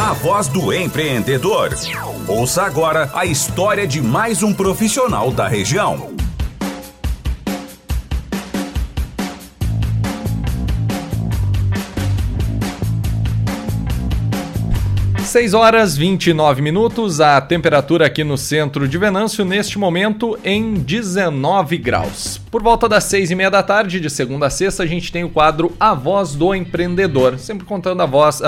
a voz do empreendedor. Ouça agora a história de mais um profissional da região. 6h29, a temperatura aqui no centro de Venâncio, neste momento em 19 graus. Por volta das 6h30 da tarde, de segunda a sexta, a gente tem o quadro A Voz do Empreendedor, sempre contando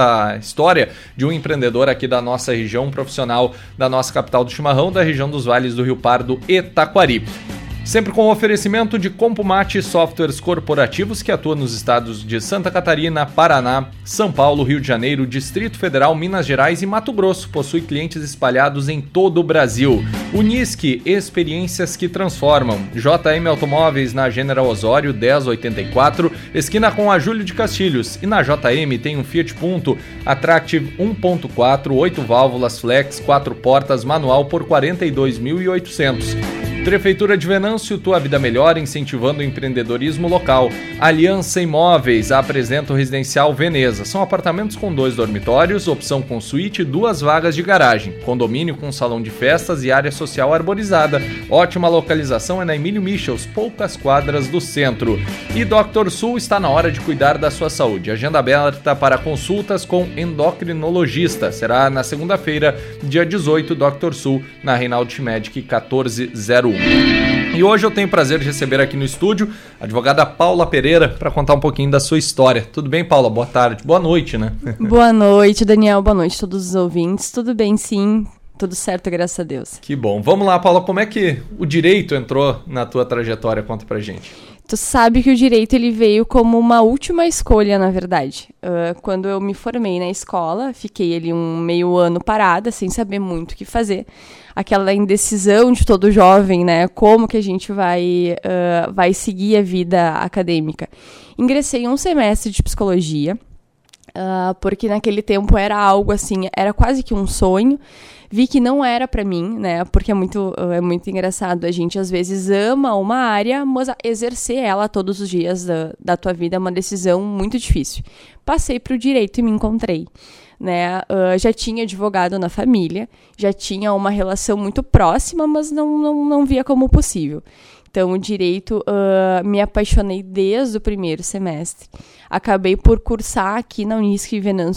a história de um empreendedor aqui da nossa região, um profissional da nossa capital do chimarrão, da região dos Vales do Rio Pardo e Taquari. Sempre com o oferecimento de Compumate Softwares Corporativos, que atua nos estados de Santa Catarina, Paraná, São Paulo, Rio de Janeiro, Distrito Federal, Minas Gerais e Mato Grosso. Possui clientes espalhados em todo o Brasil. Unisque, experiências que transformam. JM Automóveis na General Osório 1084, esquina com a Júlio de Castilhos. E na JM tem um Fiat Punto Attractive 1.4, 8 válvulas flex, 4 portas, manual por R$ 42.800. Prefeitura de Venâncio, tua vida melhor, incentivando o empreendedorismo local. Aliança Imóveis apresenta o Residencial Veneza. São apartamentos com 2 dormitórios, opção com suíte e 2 vagas de garagem. Condomínio com salão de festas e área social arborizada. Ótima localização é na Emílio Michels, poucas quadras do centro. E Dr. Sul, está na hora de cuidar da sua saúde. Agenda aberta para consultas com endocrinologista. Será na segunda-feira, dia 18, Dr. Sul, na Reinaldo Schmedic 1401. E hoje eu tenho o prazer de receber aqui no estúdio a advogada Paula Pereira para contar um pouquinho da sua história. Tudo bem, Paula? Boa tarde. Boa noite, né? Boa noite, Daniel. Boa noite a todos os ouvintes. Tudo bem, sim. Tudo certo, graças a Deus. Que bom. Vamos lá, Paula. Como é que o direito entrou na tua trajetória? Conta pra gente. Tu sabe que o direito ele veio como uma última escolha, na verdade. Quando eu me formei na escola, fiquei ali um meio ano parada, sem saber muito o que fazer. Aquela indecisão de todo jovem, né? Como que a gente vai seguir a vida acadêmica. Ingressei em um semestre de psicologia, porque naquele tempo era algo assim, era quase que um sonho. Vi que não era pra mim, né, porque é muito engraçado, a gente às vezes ama uma área, mas exercer ela todos os dias da tua vida é uma decisão muito difícil. Passei pro direito e me encontrei, né, já tinha advogado na família, já tinha uma relação muito próxima, mas não via como possível. Então, o direito, me apaixonei desde o primeiro semestre. Acabei por cursar aqui na Unisque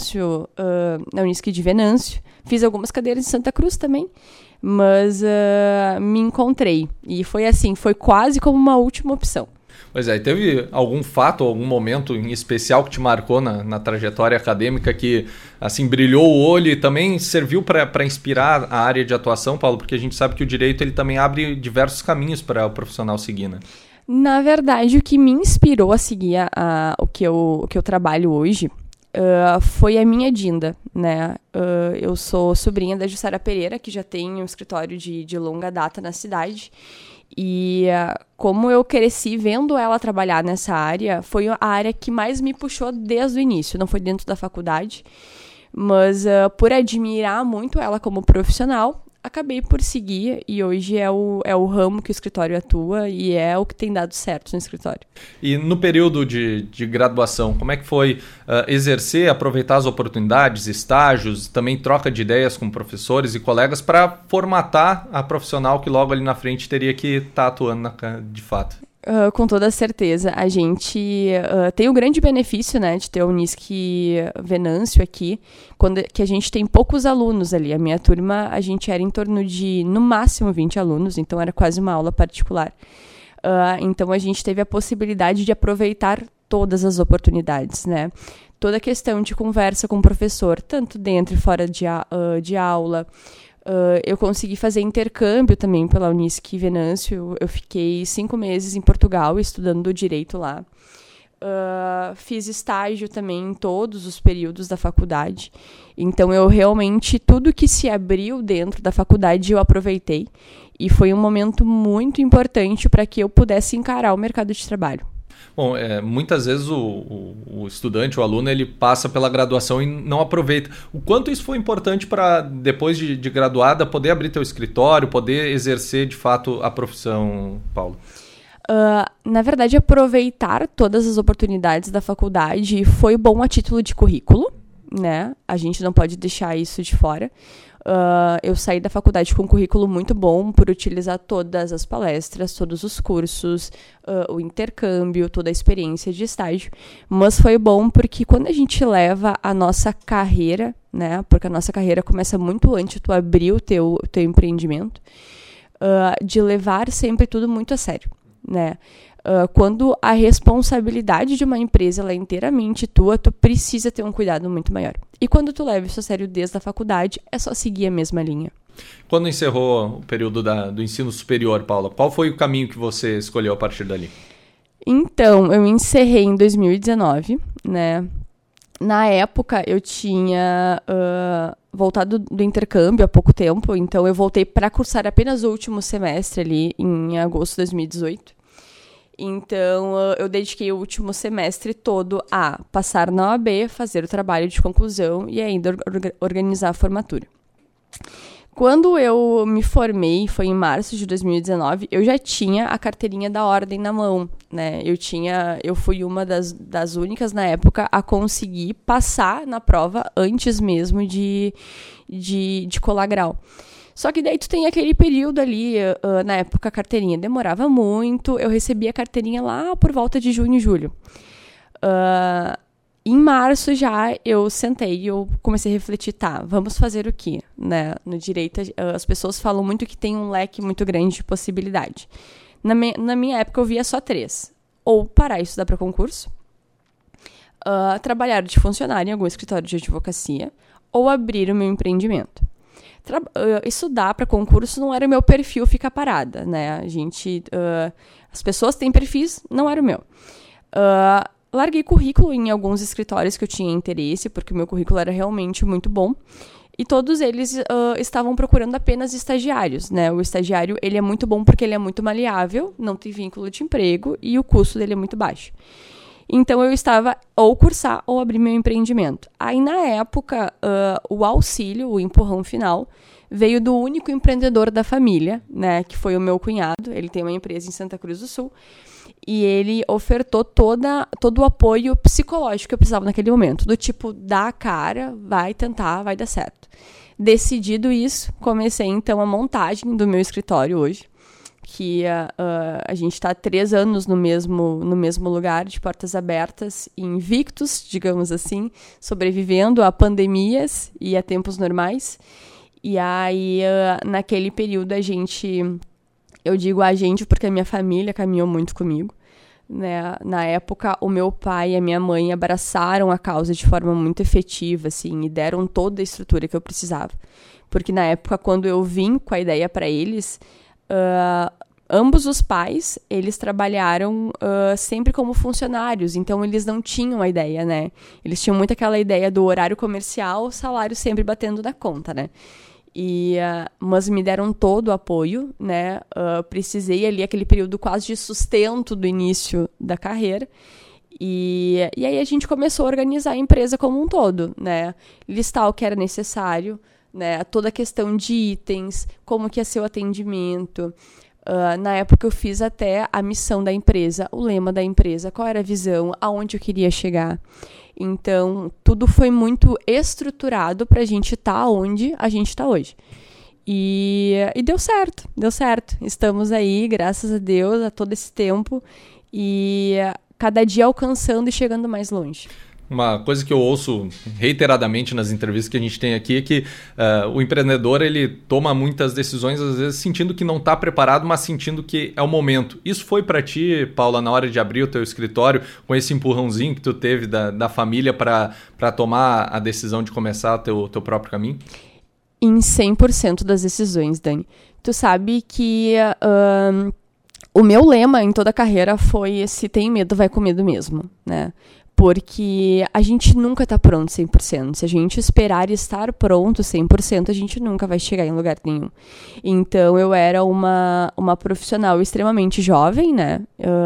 de Venâncio. Fiz algumas cadeiras em Santa Cruz também, mas me encontrei. E foi assim, foi quase como uma última opção. Pois é, teve algum fato, algum momento em especial que te marcou na trajetória acadêmica que assim brilhou o olho e também serviu para inspirar a área de atuação, Paulo? Porque a gente sabe que o direito ele também abre diversos caminhos para o profissional seguir, né? Na verdade, o que me inspirou a seguir o que eu trabalho hoje foi a minha Dinda, né? Eu sou sobrinha da Jussara Pereira, que já tem um escritório de longa data na cidade. E como eu cresci vendo ela trabalhar nessa área, foi a área que mais me puxou desde o início. Não foi dentro da faculdade, mas por admirar muito ela como profissional, acabei por seguir e hoje é o ramo que o escritório atua e é o que tem dado certo no escritório. E no período de graduação, como é que foi exercer, aproveitar as oportunidades, estágios, também troca de ideias com professores e colegas para formatar a profissional que logo ali na frente teria que estar atuando de fato? Com toda certeza. A gente tem o grande benefício, né, de ter a Unisque Venâncio aqui, que a gente tem poucos alunos ali. A minha turma, a gente era em torno de, no máximo, 20 alunos, então era quase uma aula particular. Então a gente teve a possibilidade de aproveitar todas as oportunidades, né? Toda a questão de conversa com o professor, tanto dentro e fora de aula. Eu consegui fazer intercâmbio também pela Unisque Venâncio. Eu fiquei 5 meses em Portugal estudando direito lá. Fiz estágio também em todos os períodos da faculdade. Então, eu realmente, tudo que se abriu dentro da faculdade, eu aproveitei. E foi um momento muito importante para que eu pudesse encarar o mercado de trabalho. Bom, muitas vezes o estudante, o aluno, ele passa pela graduação e não aproveita. O quanto isso foi importante para, depois de graduada, poder abrir teu escritório, poder exercer, de fato, a profissão, Paulo? Na verdade, aproveitar todas as oportunidades da faculdade foi bom a título de currículo, né? A gente não pode deixar isso de fora. Eu saí da faculdade com um currículo muito bom por utilizar todas as palestras, todos os cursos, o intercâmbio, toda a experiência de estágio. Mas foi bom porque quando a gente leva a nossa carreira, né? Porque a nossa carreira começa muito antes de tu abrir o teu empreendimento, de levar sempre tudo muito a sério, né? Quando a responsabilidade de uma empresa ela é inteiramente tua, tu precisa ter um cuidado muito maior. E quando tu leva isso a sério desde a faculdade, é só seguir a mesma linha. Quando encerrou o período do ensino superior, Paula, qual foi o caminho que você escolheu a partir dali? Então, eu encerrei em 2019, né? Na época, eu tinha voltado do intercâmbio há pouco tempo, então eu voltei para cursar apenas o último semestre ali, em agosto de 2018. Então, eu dediquei o último semestre todo a passar na OAB, fazer o trabalho de conclusão e ainda organizar a formatura. Quando eu me formei, foi em março de 2019, eu já tinha a carteirinha da ordem na mão, né? Eu fui uma das únicas na época a conseguir passar na prova antes mesmo de colar grau. Só que daí tu tem aquele período ali, na época a carteirinha demorava muito, eu recebi a carteirinha lá por volta de junho e julho. Em março já eu sentei e eu comecei a refletir, tá, vamos fazer o quê? Né? No direito as pessoas falam muito que tem um leque muito grande de possibilidade. Na minha época eu via só 3. Ou parar e estudar para concurso, trabalhar de funcionário em algum escritório de advocacia, ou abrir o meu empreendimento. Estudar para concurso não era o meu perfil ficar parada, né? As pessoas têm perfis, não era o meu. Larguei currículo em alguns escritórios que eu tinha interesse, porque o meu currículo era realmente muito bom. E todos eles estavam procurando apenas estagiários, né? O estagiário, ele é muito bom porque ele é muito maleável, não tem vínculo de emprego e o custo dele é muito baixo. Então, eu estava ou cursar ou abrir meu empreendimento. Aí, na época, o auxílio, o empurrão final, veio do único empreendedor da família, né, que foi o meu cunhado. Ele tem uma empresa em Santa Cruz do Sul. E ele ofertou todo o apoio psicológico que eu precisava naquele momento. Do tipo, dá a cara, vai tentar, vai dar certo. Decidido isso, comecei, então, a montagem do meu escritório hoje. Que a gente está há 3 anos no mesmo lugar, de portas abertas, invictos, digamos assim, sobrevivendo a pandemias e a tempos normais. E aí, naquele período, eu digo a gente porque a minha família caminhou muito comigo, né? Na época, o meu pai e a minha mãe abraçaram a causa de forma muito efetiva, assim, e deram toda a estrutura que eu precisava. Porque na época, quando eu vim com a ideia para eles... ambos os pais, eles trabalharam sempre como funcionários, então eles não tinham a ideia, né? Eles tinham muito aquela ideia do horário comercial, salário sempre batendo na conta, né? Mas me deram todo o apoio, né? Precisei ali aquele período quase de sustento do início da carreira. E aí a gente começou a organizar a empresa como um todo, né? Listar o que era necessário, né? Toda a questão de itens, como que ia ser o atendimento. Na época eu fiz até a missão da empresa, o lema da empresa, qual era a visão, aonde eu queria chegar. Então, tudo foi muito estruturado para a gente estar onde a gente está hoje. E deu certo. Estamos aí, graças a Deus, a todo esse tempo e cada dia alcançando e chegando mais longe. Uma coisa que eu ouço reiteradamente nas entrevistas que a gente tem aqui é que o empreendedor ele toma muitas decisões, às vezes sentindo que não está preparado, mas sentindo que é o momento. Isso foi para ti, Paula, na hora de abrir o teu escritório, com esse empurrãozinho que tu teve da família para tomar a decisão de começar o teu próprio caminho? Em 100% das decisões, Dani. Tu sabe que o meu lema em toda a carreira foi: se tem medo, vai com medo mesmo, né? Porque a gente nunca está pronto 100%. Se a gente esperar estar pronto 100%, a gente nunca vai chegar em lugar nenhum. Então, eu era uma profissional extremamente jovem, né?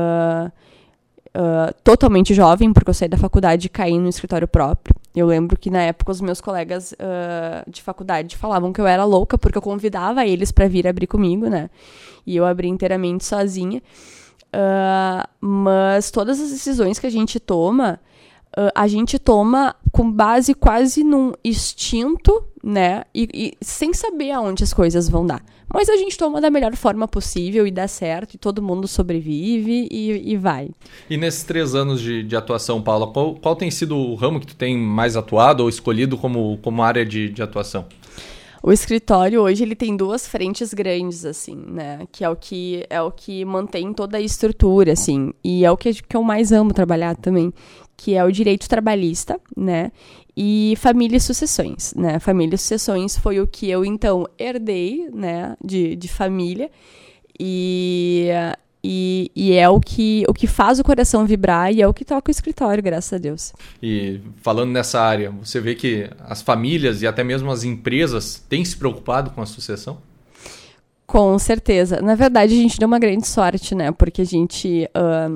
Totalmente jovem, porque eu saí da faculdade e caí no escritório próprio. Eu lembro que, na época, os meus colegas de faculdade falavam que eu era louca, porque eu convidava eles para vir abrir comigo, né? E eu abri inteiramente sozinha. Mas todas as decisões que a gente toma, a gente toma com base quase num instinto, né? E sem saber aonde as coisas vão dar. Mas a gente toma da melhor forma possível e dá certo, e todo mundo sobrevive e vai. E nesses 3 anos de atuação, Paula, qual tem sido o ramo que tu tem mais atuado ou escolhido como área de atuação? O escritório hoje ele tem 2 frentes grandes, assim, né? Que é o que mantém toda a estrutura, assim. E é o que eu mais amo trabalhar também, que é o direito trabalhista, né? E família e sucessões, né? Família e sucessões foi o que eu, então, herdei, né? De família. E é o que faz o coração vibrar e é o que toca o escritório, graças a Deus. E falando nessa área, você vê que as famílias e até mesmo as empresas têm se preocupado com a sucessão? Com certeza. Na verdade, a gente deu uma grande sorte, né? Porque a gente...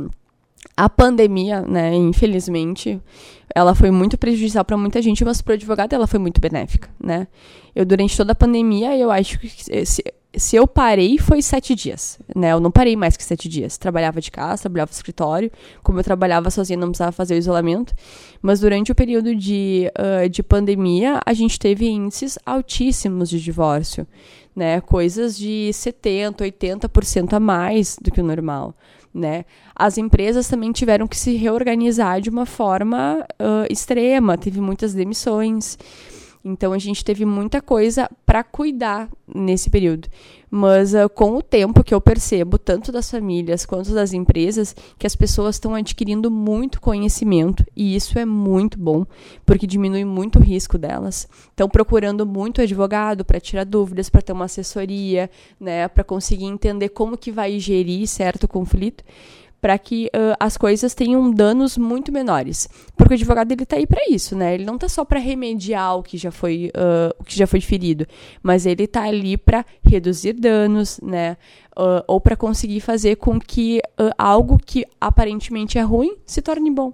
a pandemia, né, infelizmente, ela foi muito prejudicial para muita gente, mas para o advogado ela foi muito benéfica, né? Eu, durante toda a pandemia, eu acho que se eu parei, foi 7 dias, né? Eu não parei mais que 7 dias. Trabalhava de casa, trabalhava no escritório. Como eu trabalhava sozinha, não precisava fazer o isolamento. Mas durante o período de pandemia, a gente teve índices altíssimos de divórcio, né? Coisas de 70%, 80% a mais do que o normal, né? As empresas também tiveram que se reorganizar de uma forma extrema. Teve muitas demissões. Então, a gente teve muita coisa para cuidar nesse período. Mas, com o tempo que eu percebo, tanto das famílias quanto das empresas, que as pessoas estão adquirindo muito conhecimento. E isso é muito bom, porque diminui muito o risco delas. Estão procurando muito advogado para tirar dúvidas, para ter uma assessoria, né, para conseguir entender como que vai gerir certo conflito, para que as coisas tenham danos muito menores. Porque o advogado ele está aí para isso, né? Ele não está só para remediar o que já foi ferido, mas ele está ali para reduzir danos, né? Ou para conseguir fazer com que algo que aparentemente é ruim se torne bom.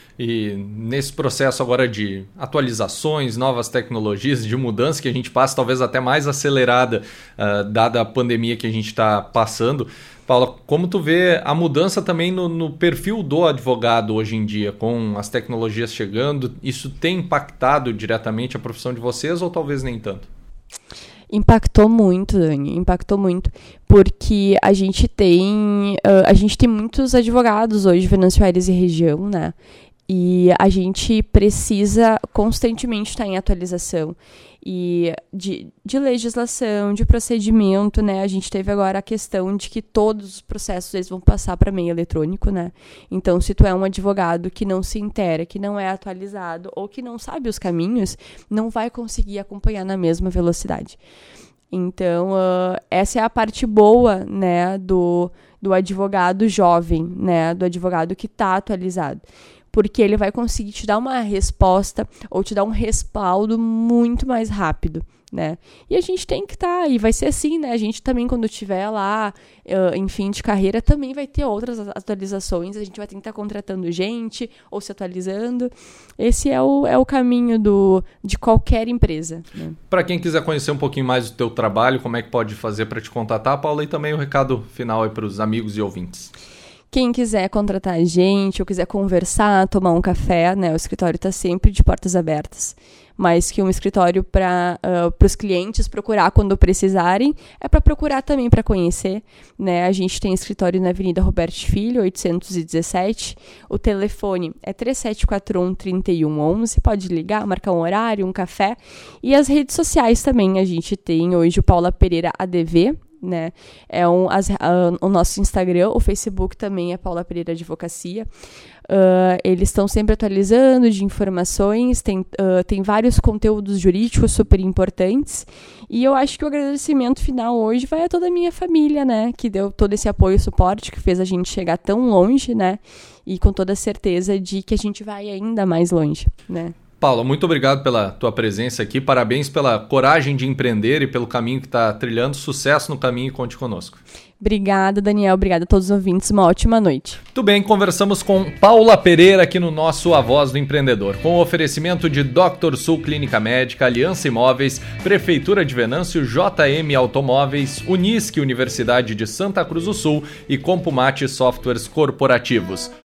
E nesse processo agora de atualizações, novas tecnologias, de mudança que a gente passa, talvez até mais acelerada, dada a pandemia que a gente está passando, Paula, como tu vê a mudança também no perfil do advogado hoje em dia, com as tecnologias chegando, isso tem impactado diretamente a profissão de vocês ou talvez nem tanto? Impactou muito, Dani, impactou muito, porque a gente tem muitos advogados hoje, Venâncio Aires e região, né? E a gente precisa constantemente estar em atualização e de legislação, de procedimento, né? A gente teve agora a questão de que todos os processos eles vão passar para meio eletrônico, né? Então, se tu é um advogado que não se inteira, que não é atualizado ou que não sabe os caminhos, não vai conseguir acompanhar na mesma velocidade. Então, essa é a parte boa, né, do advogado jovem, né, do advogado que está atualizado. Porque ele vai conseguir te dar uma resposta ou te dar um respaldo muito mais rápido, né? E a gente tem que estar, e vai ser assim, né? A gente também, quando estiver lá, em fim de carreira, também vai ter outras atualizações. A gente vai ter que estar contratando gente ou se atualizando. Esse é o caminho de qualquer empresa, né? Para quem quiser conhecer um pouquinho mais do teu trabalho, como é que pode fazer para te contatar, Paula? E também o recado final aí para os amigos e ouvintes. Quem quiser contratar a gente ou quiser conversar, tomar um café, né? O escritório está sempre de portas abertas. Mas que um escritório para os clientes procurar quando precisarem, é para procurar também para conhecer, né? A gente tem escritório na Avenida Roberto Filho, 817. O telefone é 3741-3111. Pode ligar, marcar um horário, um café. E as redes sociais também. A gente tem hoje o Paula Pereira ADV, né? O nosso Instagram, o Facebook também é Paula Pereira Advocacia. Eles estão sempre atualizando de informações, tem vários conteúdos jurídicos super importantes, e eu acho que o agradecimento final hoje vai a toda a minha família, né, que deu todo esse apoio e suporte, que fez a gente chegar tão longe, né, e com toda a certeza de que a gente vai ainda mais longe, né. Paula, muito obrigado pela tua presença aqui, parabéns pela coragem de empreender e pelo caminho que está trilhando, sucesso no caminho e conte conosco. Obrigada, Daniel, obrigada a todos os ouvintes, uma ótima noite. Tudo bem, conversamos com Paula Pereira aqui no nosso A Voz do Empreendedor, com o oferecimento de Dr. Sul Clínica Médica, Aliança Imóveis, Prefeitura de Venâncio, JM Automóveis, Unisque Universidade de Santa Cruz do Sul e Compumate Softwares Corporativos.